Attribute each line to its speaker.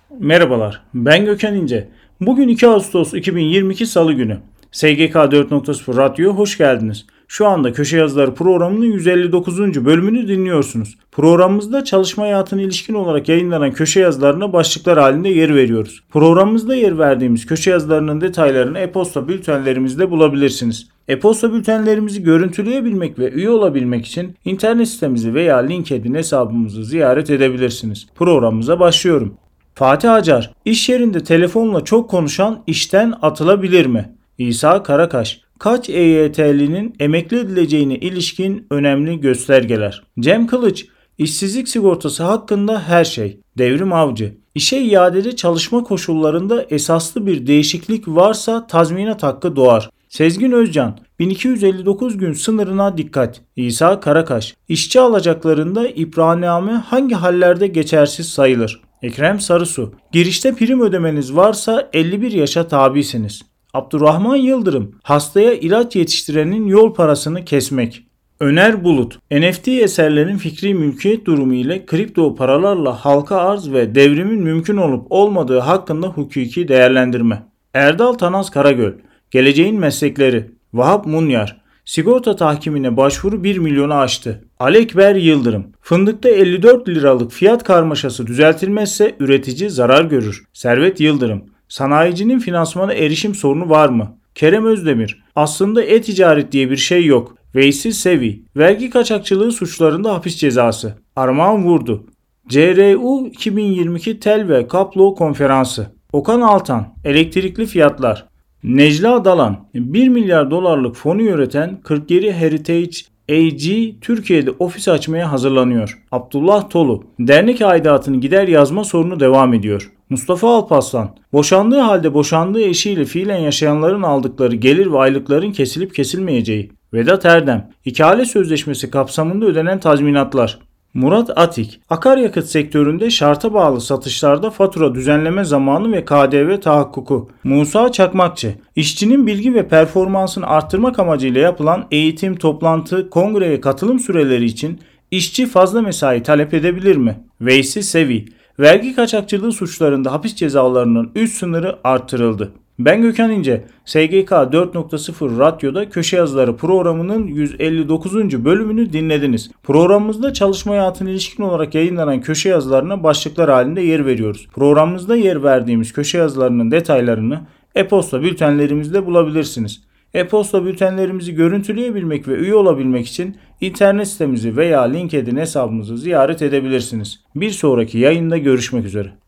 Speaker 1: Merhabalar, ben Gökhan İnce. Bugün 2 Ağustos 2022 Salı günü. SGK 4.0 Radyo'ya hoş geldiniz. Şu anda Köşe Yazıları programının 159. bölümünü dinliyorsunuz. Programımızda çalışma hayatına ilişkin olarak yayınlanan köşe yazılarına başlıklar halinde yer veriyoruz. Programımızda yer verdiğimiz köşe yazılarının detaylarını e-posta bültenlerimizde bulabilirsiniz. E-posta bültenlerimizi görüntüleyebilmek ve üye olabilmek için internet sitemizi veya LinkedIn hesabımızı ziyaret edebilirsiniz. Programımıza başlıyorum. Fatih Acar, iş yerinde telefonla çok konuşan işten atılabilir mi? İsa Karakaş, kaç EYT'linin emekli edileceğine ilişkin önemli göstergeler. Cem Kılıç, işsizlik sigortası hakkında her şey. Devrim Avcı, işe iadede çalışma koşullarında esaslı bir değişiklik varsa tazminat hakkı doğar. Sezgin Özcan, 1259 gün sınırına dikkat. İsa Karakaş, işçi alacaklarında ibrahimname hangi hallerde geçersiz sayılır? Ekrem Sarısu, girişte prim ödemeniz varsa 51 yaşa tabisiniz. Abdurrahman Yıldırım, hastaya ilaç yetiştirenin yol parasını kesmek. Öner Bulut, NFT eserlerin fikri mülkiyet durumu ile kripto paralarla halka arz ve devrimin mümkün olup olmadığı hakkında hukuki değerlendirme. Erdal Tanaz Karagöl, geleceğin meslekleri. Vahap Munyar, sigorta tahkimine başvuru 1 milyonu aştı. Alekber Yıldırım, fındıkta 54 liralık fiyat karmaşası düzeltilmezse üretici zarar görür. Servet Yıldırım, sanayicinin finansmana erişim sorunu var mı? Kerem Özdemir, aslında e-ticaret diye bir şey yok. Veysi Sevi, vergi kaçakçılığı suçlarında hapis cezası. Armağan Vurdu, CRU 2022 Tel ve Kaplo Konferansı. Okan Altan, elektrikli fiyatlar. Necla Dalan, 1 milyar dolarlık fonu yöneten 47 Heritage AG Türkiye'de ofis açmaya hazırlanıyor. Abdullah Tolu, dernek aidatını gider yazma sorunu devam ediyor. Mustafa Alparslan, boşandığı halde boşandığı eşiyle fiilen yaşayanların aldıkları gelir ve aylıkların kesilip kesilmeyeceği. Vedat Erdem, ihale sözleşmesi kapsamında ödenen tazminatlar. Murat Atik, akaryakıt sektöründe şarta bağlı satışlarda fatura düzenleme zamanı ve KDV tahakkuku. Musa Çakmakçı, işçinin bilgi ve performansını arttırmak amacıyla yapılan eğitim, toplantı, kongreye katılım süreleri için işçi fazla mesai talep edebilir mi? Veysi Sevi, vergi kaçakçılığı suçlarında hapis cezalarının üst sınırı arttırıldı. Ben Gökhan İnce, SGK 4.0 Radyo'da Köşe Yazıları programının 159. bölümünü dinlediniz. Programımızda çalışma hayatına ilişkin olarak yayınlanan köşe yazılarına başlıklar halinde yer veriyoruz. Programımızda yer verdiğimiz köşe yazılarının detaylarını e-posta bültenlerimizde bulabilirsiniz. E-posta bültenlerimizi görüntüleyebilmek ve üye olabilmek için internet sitemizi veya LinkedIn hesabımızı ziyaret edebilirsiniz. Bir sonraki yayında görüşmek üzere.